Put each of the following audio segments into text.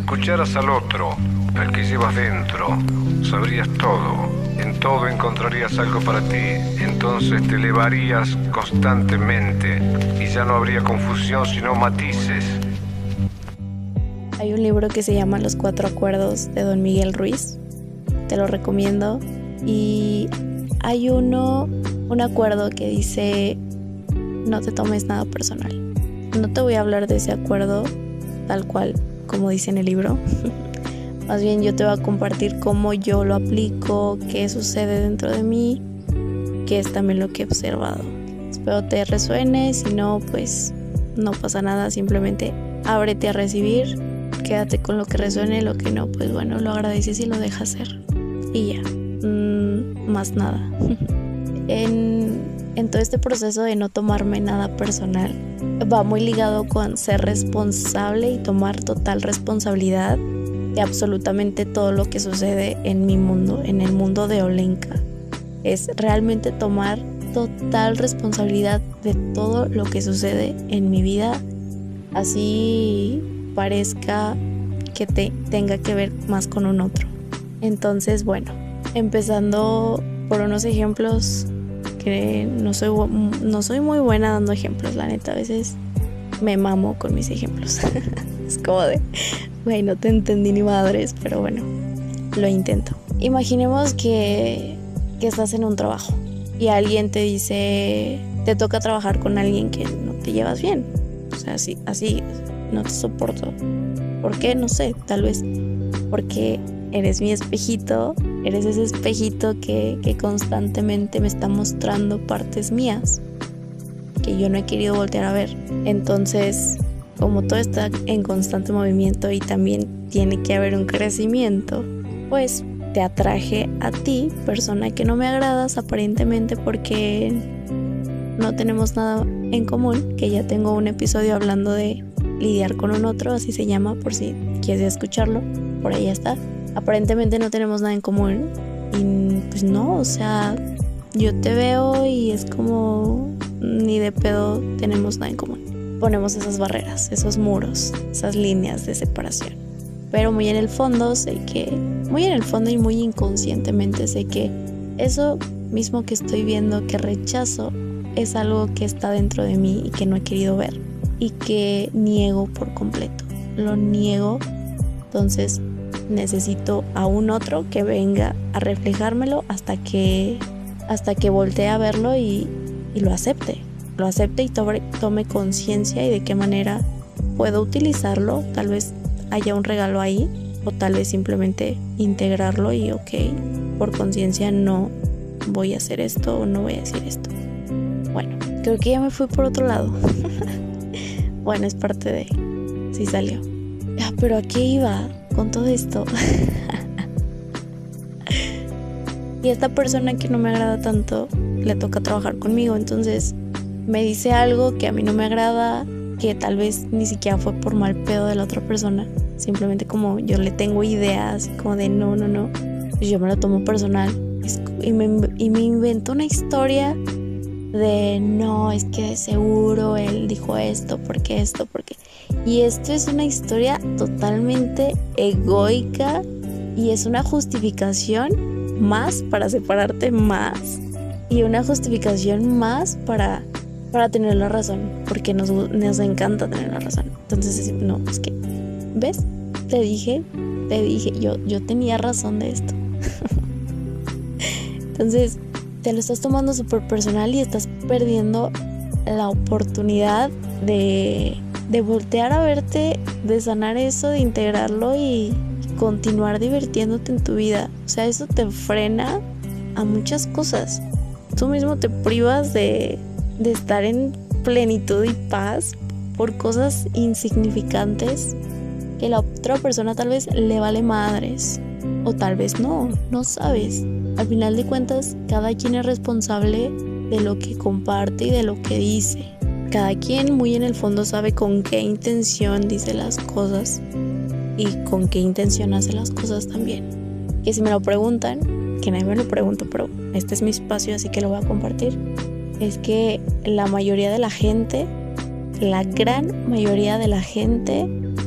escucharas al otro, al que llevas dentro, sabrías todo. En todo encontrarías algo para ti. Entonces te elevarías constantemente y ya no habría confusión sino matices. Hay un libro que se llama Los Cuatro Acuerdos de Don Miguel Ruiz. Te lo recomiendo. Y hay un acuerdo que dice: no te tomes nada personal. No te voy a hablar de ese acuerdo tal cual como dice en el libro. Más bien yo te voy a compartir cómo yo lo aplico, qué sucede dentro de mí, que es también lo que he observado. Espero te resuene, si no, pues no pasa nada, simplemente ábrete a recibir, quédate con lo que resuene, lo que no, pues bueno, lo agradeces y lo dejas ser. Y ya, más nada. En todo este proceso de no tomarme nada personal, va muy ligado con ser responsable y tomar total responsabilidad de absolutamente todo lo que sucede en mi mundo, en el mundo de Olenka. Es realmente tomar total responsabilidad de todo lo que sucede en mi vida, así parezca que tenga que ver más con un otro. Entonces, bueno, empezando por unos ejemplos que no soy muy buena dando ejemplos, la neta, a veces me mamo con mis ejemplos. Es como de, güey, no te entendí ni madres, pero bueno, lo intento. Imaginemos que estás en un trabajo y alguien te dice, te toca trabajar con alguien que no te llevas bien. O sea, así no te soporto. ¿Por qué? No sé, tal vez porque eres mi espejito, eres ese espejito que constantemente me está mostrando partes mías que yo no he querido voltear a ver. Entonces, como todo está en constante movimiento y también tiene que haber un crecimiento, pues te atraje a ti, persona que no me agradas aparentemente porque no tenemos nada en común, que ya tengo un episodio hablando de lidiar con un otro, así se llama, por si quieres escucharlo, por ahí está. Aparentemente no tenemos nada en común y pues no, o sea, yo te veo y es como ni de pedo tenemos nada en común. Ponemos esas barreras, esos muros, esas líneas de separación. Pero muy en el fondo y muy inconscientemente sé que eso mismo que estoy viendo, que rechazo, es algo que está dentro de mí y que no he querido ver y que niego por completo. Lo niego, entonces necesito a un otro que venga a reflejármelo hasta que voltee a verlo y lo acepte y tome conciencia y de qué manera puedo utilizarlo. Tal vez haya un regalo ahí o tal vez simplemente integrarlo y ok, por conciencia no voy a hacer esto o no voy a decir esto. Bueno, creo que ya me fui por otro lado. Bueno, es parte de... sí salió. Pero ¿a qué iba con todo esto? Y esta persona que no me agrada tanto le toca trabajar conmigo, entonces me dice algo que a mí no me agrada, que tal vez ni siquiera fue por mal pedo de la otra persona, simplemente como yo le tengo ideas como de no, pues yo me lo tomo personal y me invento una historia de no, es que de seguro él dijo esto, porque y esto es una historia totalmente egoica y es una justificación más para separarte más y una justificación más para tener la razón, porque nos encanta tener la razón. Entonces no, es que, ¿ves? Te dije, yo tenía razón de esto. Entonces te lo estás tomando súper personal y estás perdiendo la oportunidad de voltear a verte, de sanar eso, de integrarlo y continuar divirtiéndote en tu vida. O sea, eso te frena a muchas cosas. Tú mismo te privas de estar en plenitud y paz por cosas insignificantes que la otra persona tal vez le vale madres o tal vez no sabes. Al final de cuentas, cada quien es responsable de lo que comparte y de lo que dice. Cada quien muy en el fondo sabe con qué intención dice las cosas y con qué intención hace las cosas también. Que si me lo preguntan, que nadie me lo pregunta, pero este es mi espacio, así que lo voy a compartir, es que la mayoría de la gente, la gran mayoría de la gente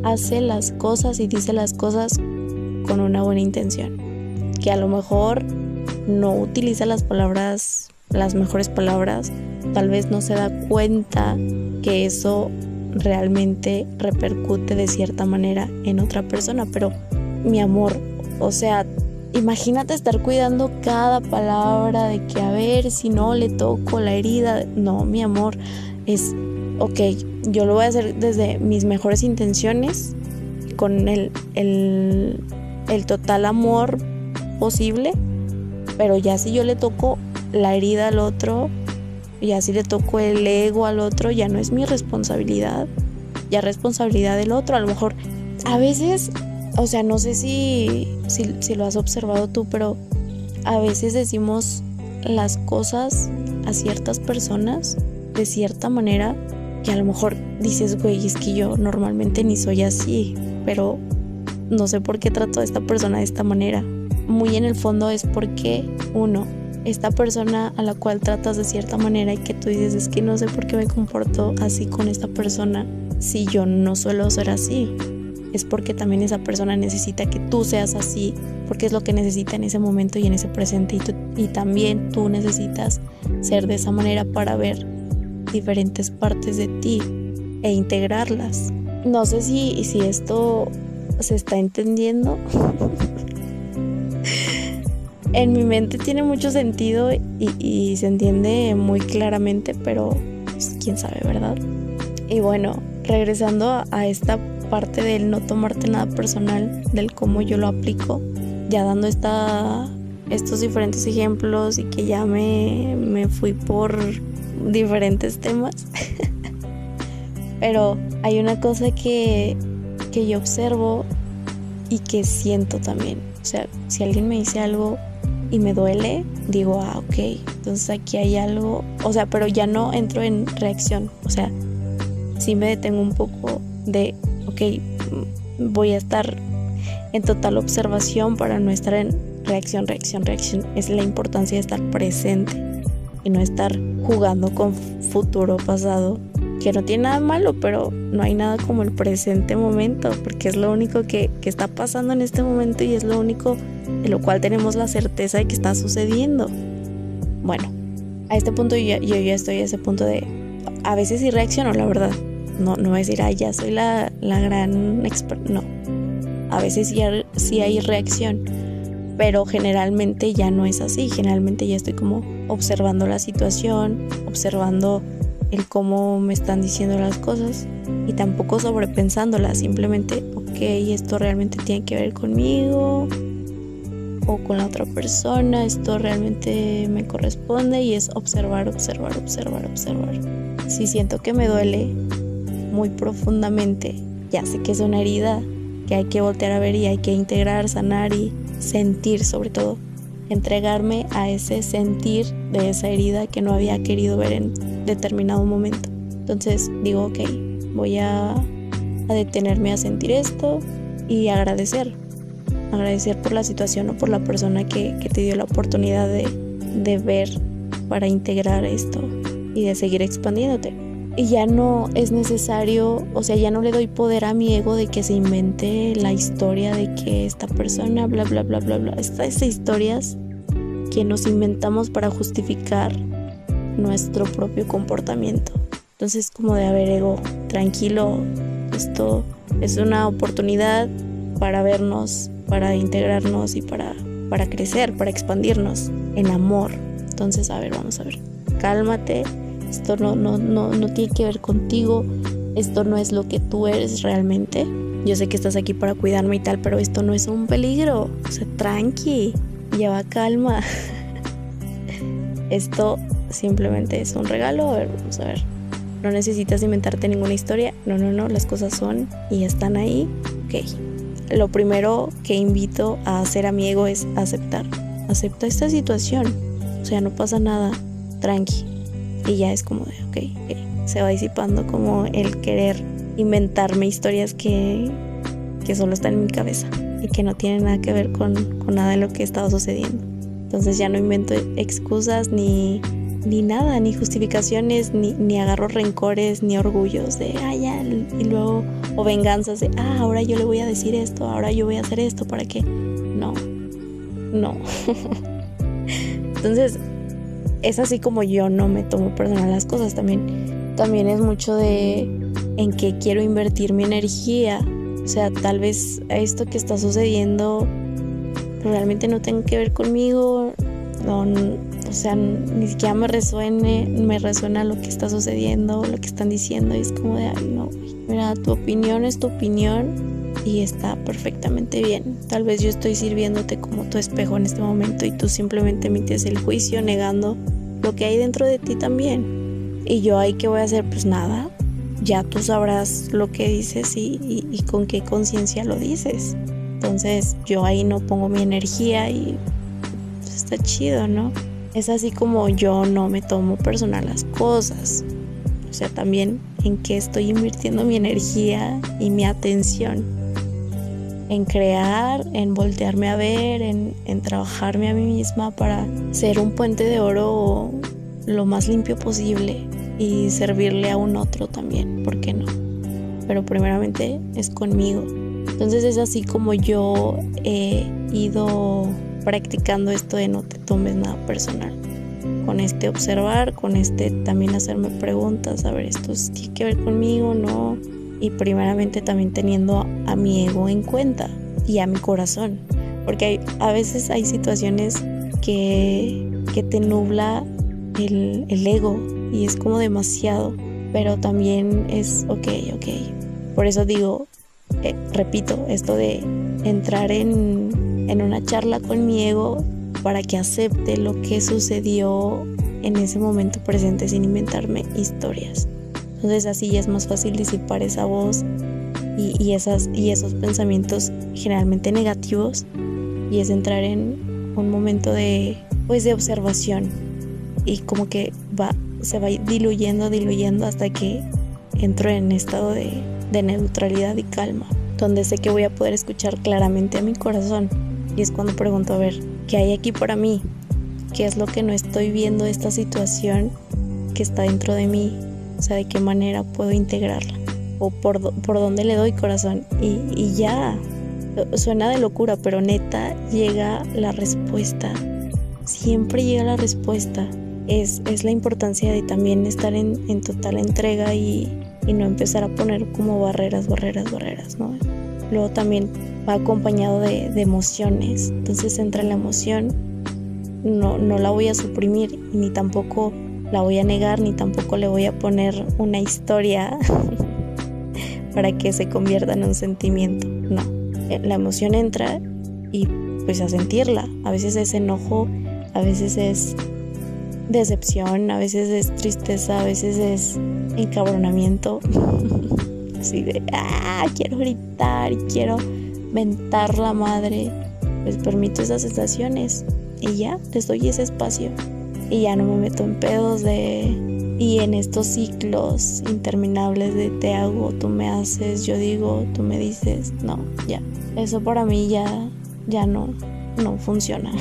hace las cosas y dice las cosas con una buena intención, que a lo mejor no utiliza las mejores palabras, tal vez no se da cuenta que eso realmente repercute de cierta manera en otra persona. Pero mi amor, o sea, imagínate estar cuidando cada palabra de que a ver si no le toco la herida. No, mi amor, es ok, yo lo voy a hacer desde mis mejores intenciones, con el total amor posible, pero ya si yo le toco la herida al otro, ya si le toco el ego al otro, ya no es mi responsabilidad, ya es responsabilidad del otro. A lo mejor a veces, o sea, no sé si lo has observado tú, pero a veces decimos las cosas a ciertas personas de cierta manera que a lo mejor dices, güey, es que yo normalmente ni soy así, pero no sé por qué trato a esta persona de esta manera. Muy en el fondo es porque, uno, esta persona a la cual tratas de cierta manera y que tú dices, es que no sé por qué me comporto así con esta persona si yo no suelo ser así. Es porque también esa persona necesita que tú seas así, porque es lo que necesita en ese momento y en ese presente, y también tú necesitas ser de esa manera para ver diferentes partes de ti e integrarlas. No sé si esto se está entendiendo. En mi mente tiene mucho sentido y se entiende muy claramente, pero pues, quién sabe, ¿verdad? Y bueno, regresando a esta parte del no tomarte nada personal, del cómo yo lo aplico, ya dando estos diferentes ejemplos y que ya me fui por diferentes temas. Pero hay una cosa que yo observo y que siento también. O sea, si alguien me dice algo y me duele, digo, ok, entonces aquí hay algo. O sea, pero ya no entro en reacción. O sea, sí me detengo un poco de, ok, voy a estar en total observación para no estar en reacción. Es la importancia de estar presente y no estar jugando con futuro, pasado, que no tiene nada malo, pero no hay nada como el presente momento, porque es lo único que está pasando en este momento y es lo único de lo cual tenemos la certeza de que está sucediendo. Bueno, a este punto yo ya estoy a ese punto de, a veces sí reacciono, la verdad. No voy a decir, ya soy la gran experta. No, a veces sí hay reacción, pero generalmente ya no es así. Generalmente ya estoy como observando la situación, observando el cómo me están diciendo las cosas y tampoco sobrepensándolas. Simplemente, ok, esto realmente tiene que ver conmigo o con la otra persona, esto realmente me corresponde, y es observar. Si siento que me duele muy profundamente, ya sé que es una herida que hay que voltear a ver y hay que integrar, sanar y sentir, sobre todo entregarme a ese sentir de esa herida que no había querido ver en determinado momento. Entonces digo, ok, voy a detenerme a sentir esto y agradecer por la situación o por la persona que te dio la oportunidad de ver para integrar esto y de seguir expandiéndote. Y ya no es necesario, o sea, ya no le doy poder a mi ego de que se invente la historia de que esta persona, bla, bla, bla, bla, bla. Estas historias que nos inventamos para justificar nuestro propio comportamiento. Entonces, como de, a ver, ego, tranquilo, esto es una oportunidad para vernos, para integrarnos y para crecer, para expandirnos en amor. Entonces, a ver, vamos a ver, cálmate. Esto no tiene que ver contigo. Esto no es lo que tú eres realmente. Yo sé que estás aquí para cuidarme y tal, pero esto no es un peligro. O sea, tranqui, lleva calma. Esto simplemente es un regalo. A ver, vamos a ver. No necesitas inventarte ninguna historia. No, las cosas son y están ahí. Ok. Lo primero que invito a hacer a mi ego es aceptar. Acepta esta situación. O sea, no pasa nada. Tranqui. Y ya es como de, ok, se va disipando como el querer inventarme historias que solo están en mi cabeza y que no tienen nada que ver con nada de lo que estaba sucediendo. Entonces ya no invento excusas ni ni nada, ni justificaciones, ni agarro rencores, ni orgullos de, ya, y luego, o venganzas de, ahora yo le voy a decir esto, ahora yo voy a hacer esto, ¿para qué? No. Entonces, es así como yo no me tomo personal las cosas. También es mucho de en qué quiero invertir mi energía. O sea, tal vez esto que está sucediendo realmente no tenga que ver conmigo. No, o sea, ni siquiera me resuena lo que está sucediendo, lo que están diciendo. Y es como de, no, mira, tu opinión es tu opinión y está perfectamente bien. Tal vez yo estoy sirviéndote como tu espejo en este momento y tú simplemente emites el juicio negando lo que hay dentro de ti también. Y yo ahí, ¿qué voy a hacer? Pues nada, ya tú sabrás lo que dices y con qué conciencia lo dices. Entonces yo ahí no pongo mi energía y pues está chido, ¿no? Es así como yo no me tomo personal las cosas. O sea, también en qué estoy invirtiendo mi energía y mi atención. En crear, en voltearme a ver, en trabajarme a mí misma para ser un puente de oro lo más limpio posible y servirle a un otro también, ¿por qué no? Pero primeramente es conmigo. Entonces es así como yo he ido practicando esto de no te tomes nada personal. Con este observar, con este también hacerme preguntas, a ver, ¿esto tiene que ver conmigo? ¿No? Y primeramente también teniendo a mi ego en cuenta y a mi corazón, porque a veces hay situaciones que te nubla el ego y es como demasiado, pero también es ok. Por eso digo, repito, esto de entrar en una charla con mi ego para que acepte lo que sucedió en ese momento presente sin inventarme historias. Entonces así ya es más fácil disipar esa voz y esos pensamientos generalmente negativos, y es entrar en un momento de observación y como que se va diluyendo hasta que entro en estado de neutralidad y calma, donde sé que voy a poder escuchar claramente a mi corazón, y es cuando pregunto, a ver, ¿qué hay aquí para mí? ¿Qué es lo que no estoy viendo de esta situación que está dentro de mí? O sea, ¿de qué manera puedo integrarla? O por dónde le doy corazón. Y ya, suena de locura, pero neta llega la respuesta. Siempre llega la respuesta. Es la importancia de también estar en total entrega y no empezar a poner como barreras, ¿no? Luego también va acompañado de emociones. Entonces entra la emoción, no la voy a suprimir, ni tampoco la voy a negar, ni tampoco le voy a poner una historia para que se convierta en un sentimiento. No, la emoción entra y pues a sentirla. A veces es enojo, a veces es decepción, a veces es tristeza, a veces es encabronamiento. Así de, quiero gritar y quiero mentar la madre. Les permito esas sensaciones y ya, les doy ese espacio. Y ya no me meto en pedos y en estos ciclos interminables de te hago, tú me haces, yo digo, tú me dices. No, ya, eso para mí ya no funciona.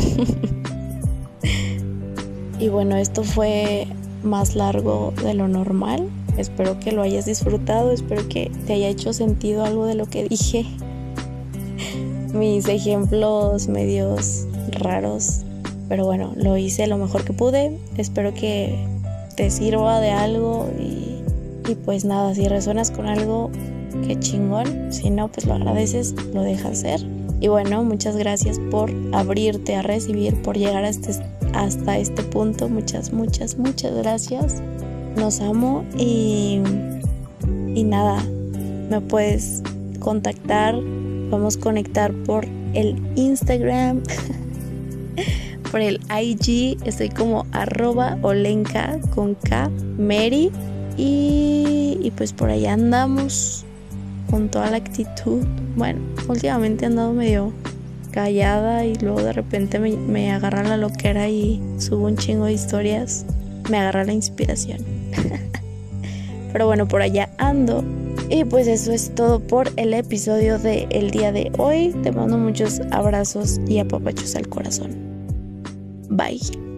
Y bueno, esto fue más largo de lo normal. Espero que lo hayas disfrutado, espero que te haya hecho sentido algo de lo que dije. Mis ejemplos medios raros, pero bueno, lo hice lo mejor que pude. Espero que te sirva de algo y pues nada, si resuenas con algo, qué chingón. Si no, pues lo agradeces, lo dejas ser. Y bueno, muchas gracias por abrirte a recibir, por llegar hasta este punto. Muchas gracias. Los amo y nada, me puedes contactar, podemos conectar por el Instagram, por el IG, estoy como @Olenka con K Mary y pues por allá andamos con toda la actitud. Bueno, últimamente he andado medio callada y luego de repente me agarra la loquera y subo un chingo de historias, me agarra la inspiración. Pero bueno, por allá ando. Y pues eso es todo por el episodio del día de hoy. Te mando muchos abrazos y apapachos al corazón. Bye.